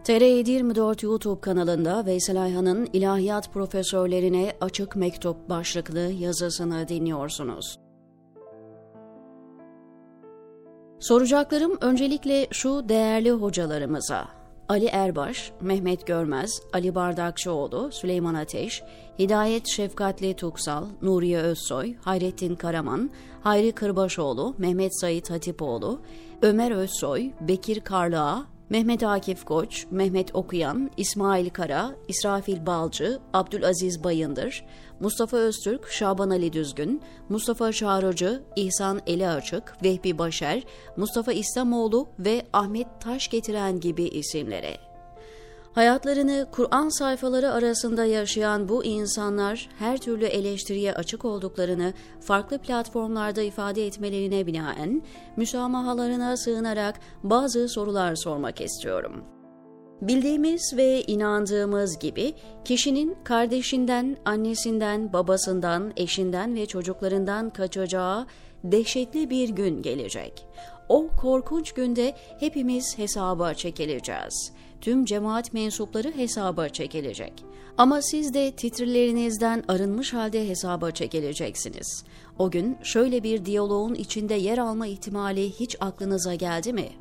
TR724 YouTube kanalında Veysel Ayhan'ın İlahiyat Profesörlerine Açık Mektup başlıklı yazısını dinliyorsunuz. Soracaklarım öncelikle şu değerli hocalarımıza: Ali Erbaş, Mehmet Görmez, Ali Bardakçıoğlu, Süleyman Ateş, Hidayet Şefkatli Tuksal, Nuriye Özsoy, Hayrettin Karaman, Hayri Kırbaşoğlu, Mehmet Sait Hatipoğlu, Ömer Özsoy, Bekir Karlıağ, Mehmet Akif Koç, Mehmet Okuyan, İsmail Kara, İsrafil Balcı, Abdülaziz Bayındır, Mustafa Öztürk, Şaban Ali Düzgün, Mustafa Çağrıcı, İhsan Eli Açık, Vehbi Başer, Mustafa İslamoğlu ve Ahmet Taşgetiren gibi isimlere. Hayatlarını Kur'an sayfaları arasında yaşayan bu insanlar her türlü eleştiriye açık olduklarını farklı platformlarda ifade etmelerine binaen müsamahalarına sığınarak bazı sorular sormak istiyorum. Bildiğimiz ve inandığımız gibi kişinin kardeşinden, annesinden, babasından, eşinden ve çocuklarından kaçacağı dehşetli bir gün gelecek. O korkunç günde hepimiz hesaba çekileceğiz. Tüm cemaat mensupları hesaba çekilecek. Ama siz de titrilerinizden arınmış halde hesaba çekileceksiniz. O gün şöyle bir diyaloğun içinde yer alma ihtimali hiç aklınıza geldi mi?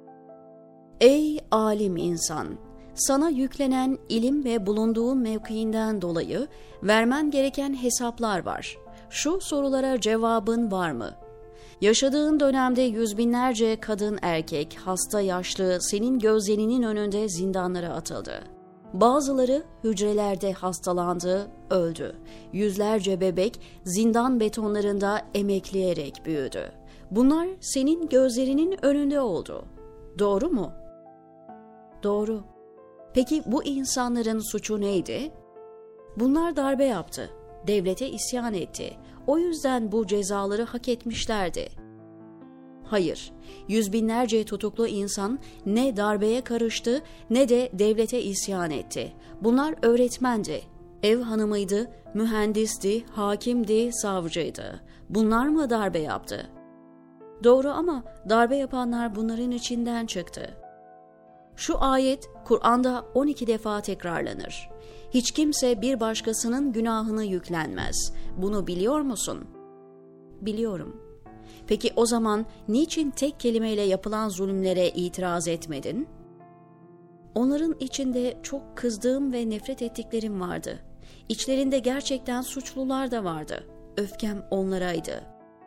Ey alim insan! Sana yüklenen ilim ve bulunduğun mevkiinden dolayı vermen gereken hesaplar var. Şu sorulara cevabın var mı? Yaşadığın dönemde yüz binlerce kadın erkek, hasta yaşlı senin gözlerinin önünde zindanlara atıldı. Bazıları hücrelerde hastalandı, öldü. Yüzlerce bebek zindan betonlarında emekleyerek büyüdü. Bunlar senin gözlerinin önünde oldu. Doğru mu? Doğru. Peki bu insanların suçu neydi? Bunlar darbe yaptı, devlete isyan etti. O yüzden bu cezaları hak etmişlerdi. Hayır, yüz binlerce tutuklu insan ne darbeye karıştı ne de devlete isyan etti. Bunlar öğretmendi, ev hanımıydı, mühendisti, hakimdi, savcıydı. Bunlar mı darbe yaptı? Doğru, ama darbe yapanlar bunların içinden çıktı. Şu ayet Kur'an'da 12 defa tekrarlanır. Hiç kimse bir başkasının günahını yüklenmez. Bunu biliyor musun? Biliyorum. Peki o zaman niçin tek kelimeyle yapılan zulümlere itiraz etmedin? Onların içinde çok kızdığım ve nefret ettiklerim vardı. İçlerinde gerçekten suçlular da vardı. Öfkem onlaraydı.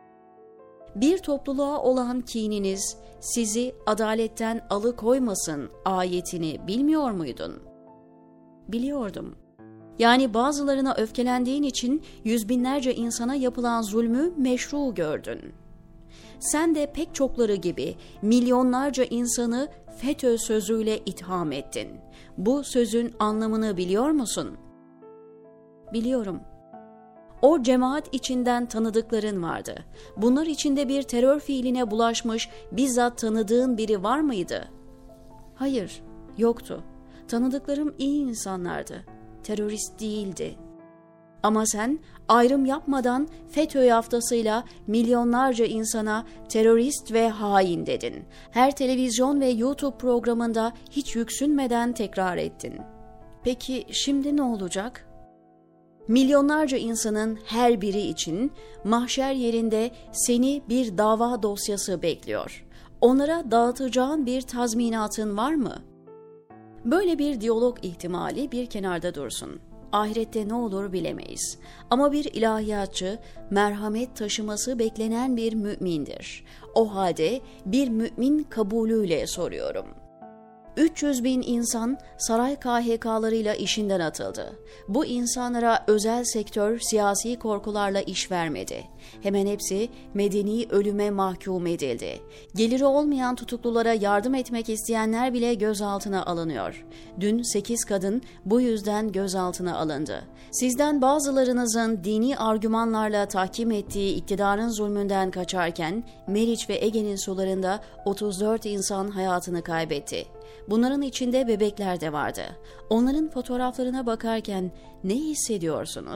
Bir topluluğa olan kininiz sizi adaletten alıkoymasın ayetini bilmiyor muydun? Biliyordum. Yani bazılarına öfkelendiğin için yüz binlerce insana yapılan zulmü meşru gördün. Sen de pek çokları gibi milyonlarca insanı FETÖ sözüyle itham ettin. Bu sözün anlamını biliyor musun? Biliyorum. O cemaat içinden tanıdıkların vardı. Bunlar içinde bir terör fiiline bulaşmış, bizzat tanıdığın biri var mıydı? Hayır, yoktu. Tanıdıklarım iyi insanlardı. Terörist değildi. Ama sen ayrım yapmadan FETÖ yaftasıyla milyonlarca insana terörist ve hain dedin. Her televizyon ve YouTube programında hiç yüksünmeden tekrar ettin. Peki şimdi ne olacak? Milyonlarca insanın her biri için mahşer yerinde seni bir dava dosyası bekliyor. Onlara dağıtacağın bir tazminatın var mı? Böyle bir diyalog ihtimali bir kenarda dursun. Ahirette ne olur bilemeyiz. Ama bir ilahiyatçı merhamet taşıması beklenen bir mümindir. O halde bir mümin kabulüyle soruyorum. 300 bin insan saray KHK'larıyla işinden atıldı. Bu insanlara özel sektör siyasi korkularla iş vermedi. Hemen hepsi medeni ölüme mahkum edildi. Geliri olmayan tutuklulara yardım etmek isteyenler bile gözaltına alınıyor. Dün 8 kadın bu yüzden gözaltına alındı. Sizden bazılarınızın dini argümanlarla tahkim ettiği iktidarın zulmünden kaçarken Meriç ve Ege'nin sularında 34 insan hayatını kaybetti. Bunların içinde bebekler de vardı. Onların fotoğraflarına bakarken ne hissediyorsunuz?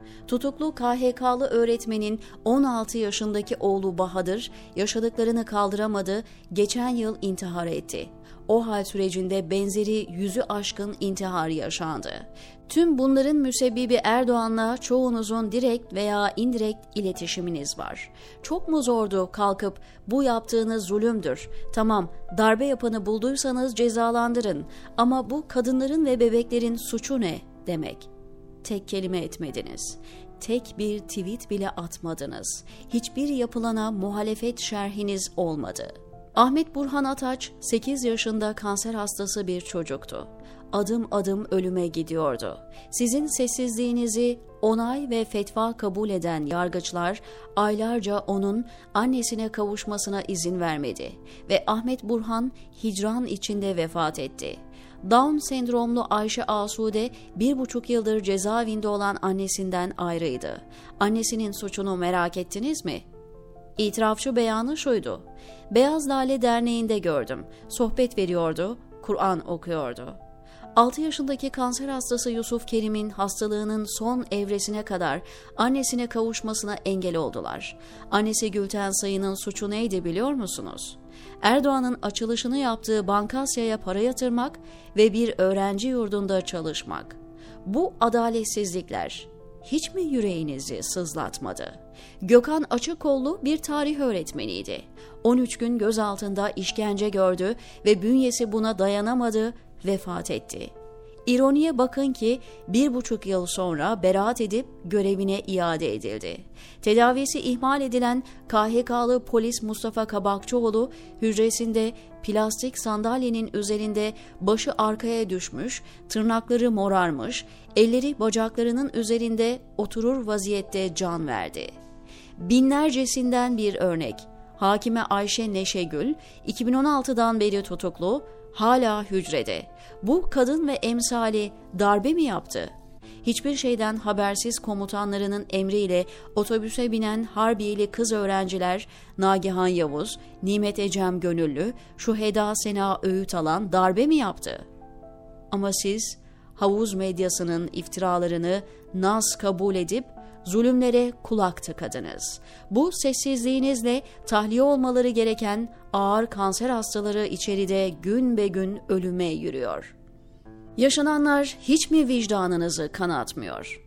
Tutuklu KHK'lı öğretmenin 16 yaşındaki oğlu Bahadır yaşadıklarını kaldıramadı, geçen yıl intihar etti. O hal sürecinde benzeri 100'ü aşkın intihar yaşandı. Tüm bunların müsebbibi Erdoğan'la çoğunuzun direkt veya indirekt iletişiminiz var. Çok mu zordu kalkıp bu yaptığınız zulümdür, tamam darbe yapanı bulduysanız cezalandırın ama bu kadınların ve bebeklerin suçu ne demek? Tek kelime etmediniz. Tek bir tweet bile atmadınız. Hiçbir yapılana muhalefet şerhiniz olmadı. Ahmet Burhan Ataç 8 yaşında kanser hastası bir çocuktu. Adım adım ölüme gidiyordu. Sizin sessizliğinizi onay ve fetva kabul eden yargıçlar aylarca onun annesine kavuşmasına izin vermedi ve Ahmet Burhan hicran içinde vefat etti. Down sendromlu Ayşe Asude 1,5 yıldır cezaevinde olan annesinden ayrıydı. Annesinin suçunu merak ettiniz mi? İtirafçı beyanı şuydu: Beyaz Lale Derneği'nde gördüm. Sohbet veriyordu, Kur'an okuyordu. 6 yaşındaki kanser hastası Yusuf Kerim'in hastalığının son evresine kadar annesine kavuşmasına engel oldular. Annesi Gülten Sayın'ın suçu neydi biliyor musunuz? Erdoğan'ın açılışını yaptığı Bankasya'ya para yatırmak ve bir öğrenci yurdunda çalışmak. Bu adaletsizlikler hiç mi yüreğinizi sızlatmadı? Gökhan Açıkkollu bir tarih öğretmeniydi. 13 gün gözaltında işkence gördü ve bünyesi buna dayanamadı, vefat etti. İroniye bakın ki 1,5 yıl sonra beraat edip görevine iade edildi. Tedavisi ihmal edilen KHK'lı polis Mustafa Kabakçıoğlu hücresinde plastik sandalyenin üzerinde başı arkaya düşmüş, tırnakları morarmış, elleri bacaklarının üzerinde oturur vaziyette can verdi. Binlercesinden bir örnek. Hakime Ayşe Neşegül 2016'dan beri tutuklu, hala hücrede. Bu kadın ve emsali darbe mi yaptı? Hiçbir şeyden habersiz komutanlarının emriyle otobüse binen Harbiyeli kız öğrenciler Nagihan Yavuz, Nimet Ecem Gönüllü, Şuheda Sena Öğüt alan darbe mi yaptı? Ama siz havuz medyasının iftiralarını naz kabul edip zulümlere kulak tıkadınız. Bu sessizliğinizle tahliye olmaları gereken ağır kanser hastaları içeride gün be gün ölüme yürüyor. Yaşananlar hiç mi vicdanınızı kanatmıyor?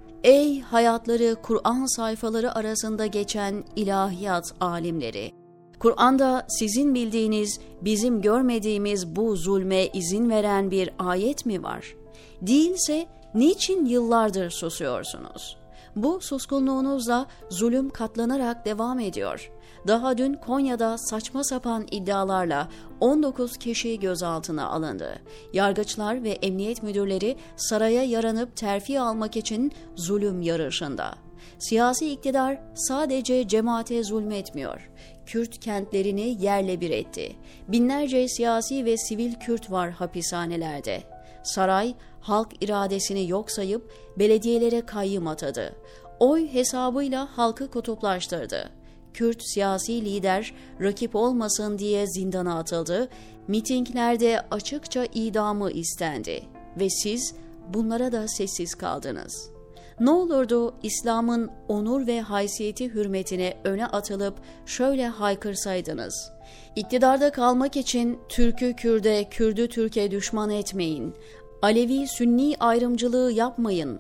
Ey hayatları Kur'an sayfaları arasında geçen ilahiyat alimleri! Kur'an'da sizin bildiğiniz, bizim görmediğimiz bu zulme izin veren bir ayet mi var? Değilse niçin yıllardır susuyorsunuz? Bu suskunluğunuzla zulüm katlanarak devam ediyor. Daha dün Konya'da saçma sapan iddialarla 19 kişi gözaltına alındı. Yargıçlar ve emniyet müdürleri saraya yaranıp terfi almak için zulüm yarışında. Siyasi iktidar sadece cemaate zulmetmiyor. Kürt kentlerini yerle bir etti. Binlerce siyasi ve sivil Kürt var hapishanelerde. Saray, halk iradesini yok sayıp belediyelere kayyım atadı. Oy hesabıyla halkı kutuplaştırdı. Kürt siyasi lider rakip olmasın diye zindana atıldı. Mitinglerde açıkça idamı istendi. Ve siz bunlara da sessiz kaldınız. Ne olurdu İslam'ın onur ve haysiyeti hürmetine öne atılıp şöyle haykırsaydınız: İktidarda kalmak için Türk'ü Kürt'e, Kürt'ü Türk'e düşman etmeyin. Alevi-Sünni ayrımcılığı yapmayın.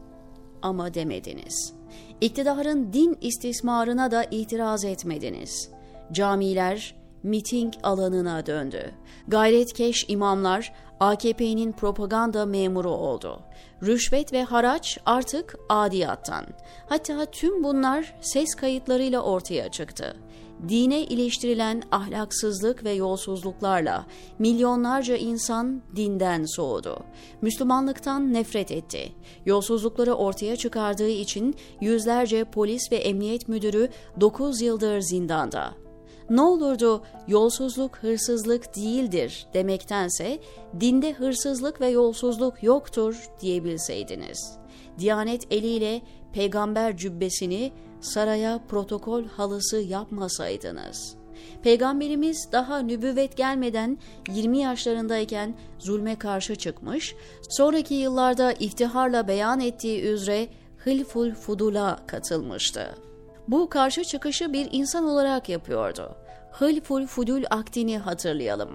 Ama demediniz. İktidarın din istismarına da itiraz etmediniz. Camiler miting alanına döndü. Gayretkeş imamlar AKP'nin propaganda memuru oldu. Rüşvet ve haraç artık adiyattan. Hatta tüm bunlar ses kayıtlarıyla ortaya çıktı. Dine iliştirilen ahlaksızlık ve yolsuzluklarla milyonlarca insan dinden soğudu. Müslümanlıktan nefret etti. Yolsuzlukları ortaya çıkardığı için yüzlerce polis ve emniyet müdürü 9 yıldır zindanda. Ne olurdu yolsuzluk hırsızlık değildir demektense dinde hırsızlık ve yolsuzluk yoktur diyebilseydiniz. Diyanet eliyle peygamber cübbesini saraya protokol halısı yapmasaydınız. Peygamberimiz daha nübüvvet gelmeden 20 yaşlarındayken zulme karşı çıkmış, sonraki yıllarda iftiharla beyan ettiği üzere Hilful Fudul'a katılmıştı. Bu karşı çıkışı bir insan olarak yapıyordu. Hilful Fudul akdini hatırlayalım.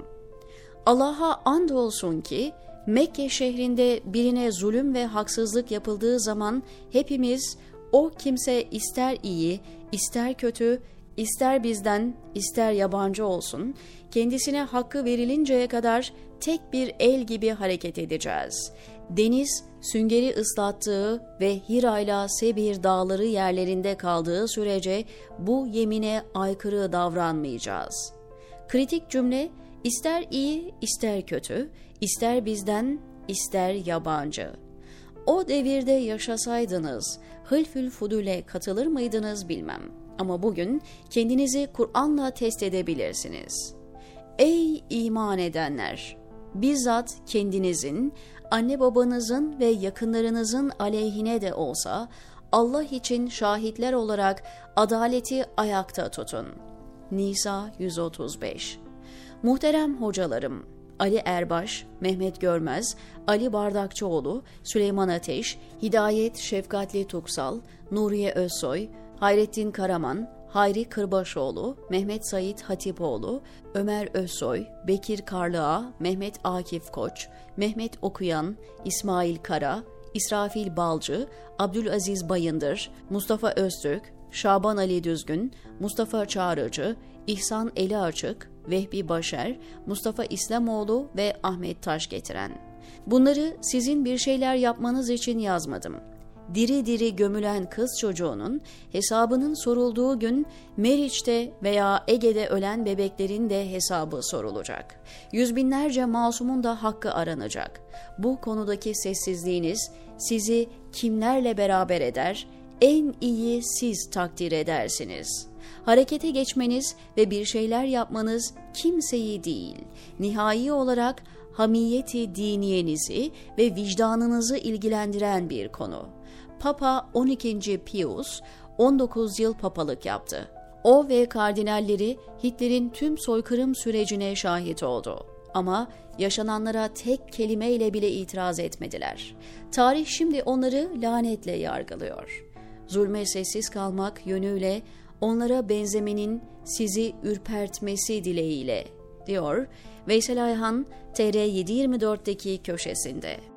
Allah'a andolsun ki Mekke şehrinde birine zulüm ve haksızlık yapıldığı zaman hepimiz o kimse ister iyi, ister kötü, ister bizden, ister yabancı olsun, kendisine hakkı verilinceye kadar tek bir el gibi hareket edeceğiz. Deniz, süngeri ıslattığı ve Hira'yla Sebir dağları yerlerinde kaldığı sürece bu yemine aykırı davranmayacağız. Kritik cümle, ister iyi, ister kötü, ister bizden, ister yabancı. O devirde yaşasaydınız, Hilful Fudul'e katılır mıydınız bilmem. Ama bugün kendinizi Kur'an'la test edebilirsiniz. Ey iman edenler! Bizzat kendinizin, anne babanızın ve yakınlarınızın aleyhine de olsa Allah için şahitler olarak adaleti ayakta tutun. Nisa 135. Muhterem hocalarım, Ali Erbaş, Mehmet Görmez, Ali Bardakçıoğlu, Süleyman Ateş, Hidayet Şefkatli Tuksal, Nuriye Özsoy, Hayrettin Karaman, Hayri Kırbaşoğlu, Mehmet Sait Hatipoğlu, Ömer Özsoy, Bekir Karlıağa, Mehmet Akif Koç, Mehmet Okuyan, İsmail Kara, İsrafil Balcı, Abdülaziz Bayındır, Mustafa Öztürk, Şaban Ali Düzgün, Mustafa Çağrıcı, İhsan Eli Açık, Vehbi Başer, Mustafa İslamoğlu ve Ahmet Taşgetiren. Bunları sizin bir şeyler yapmanız için yazmadım. Diri diri gömülen kız çocuğunun hesabının sorulduğu gün Meriç'te veya Ege'de ölen bebeklerin de hesabı sorulacak. Yüz binlerce masumun da hakkı aranacak. Bu konudaki sessizliğiniz sizi kimlerle beraber eder? En iyi siz takdir edersiniz. Harekete geçmeniz ve bir şeyler yapmanız kimseyi değil, nihai olarak hamiyeti diniyenizi ve vicdanınızı ilgilendiren bir konu. Papa 12. Pius 19 yıl papalık yaptı. O ve kardinalleri Hitler'in tüm soykırım sürecine şahit oldu. Ama yaşananlara tek kelimeyle bile itiraz etmediler. Tarih şimdi onları lanetle yargılıyor. Zulme sessiz kalmak yönüyle onlara benzemenin sizi ürpertmesi dileğiyle, diyor Veysel Ayhan TR724'deki köşesinde.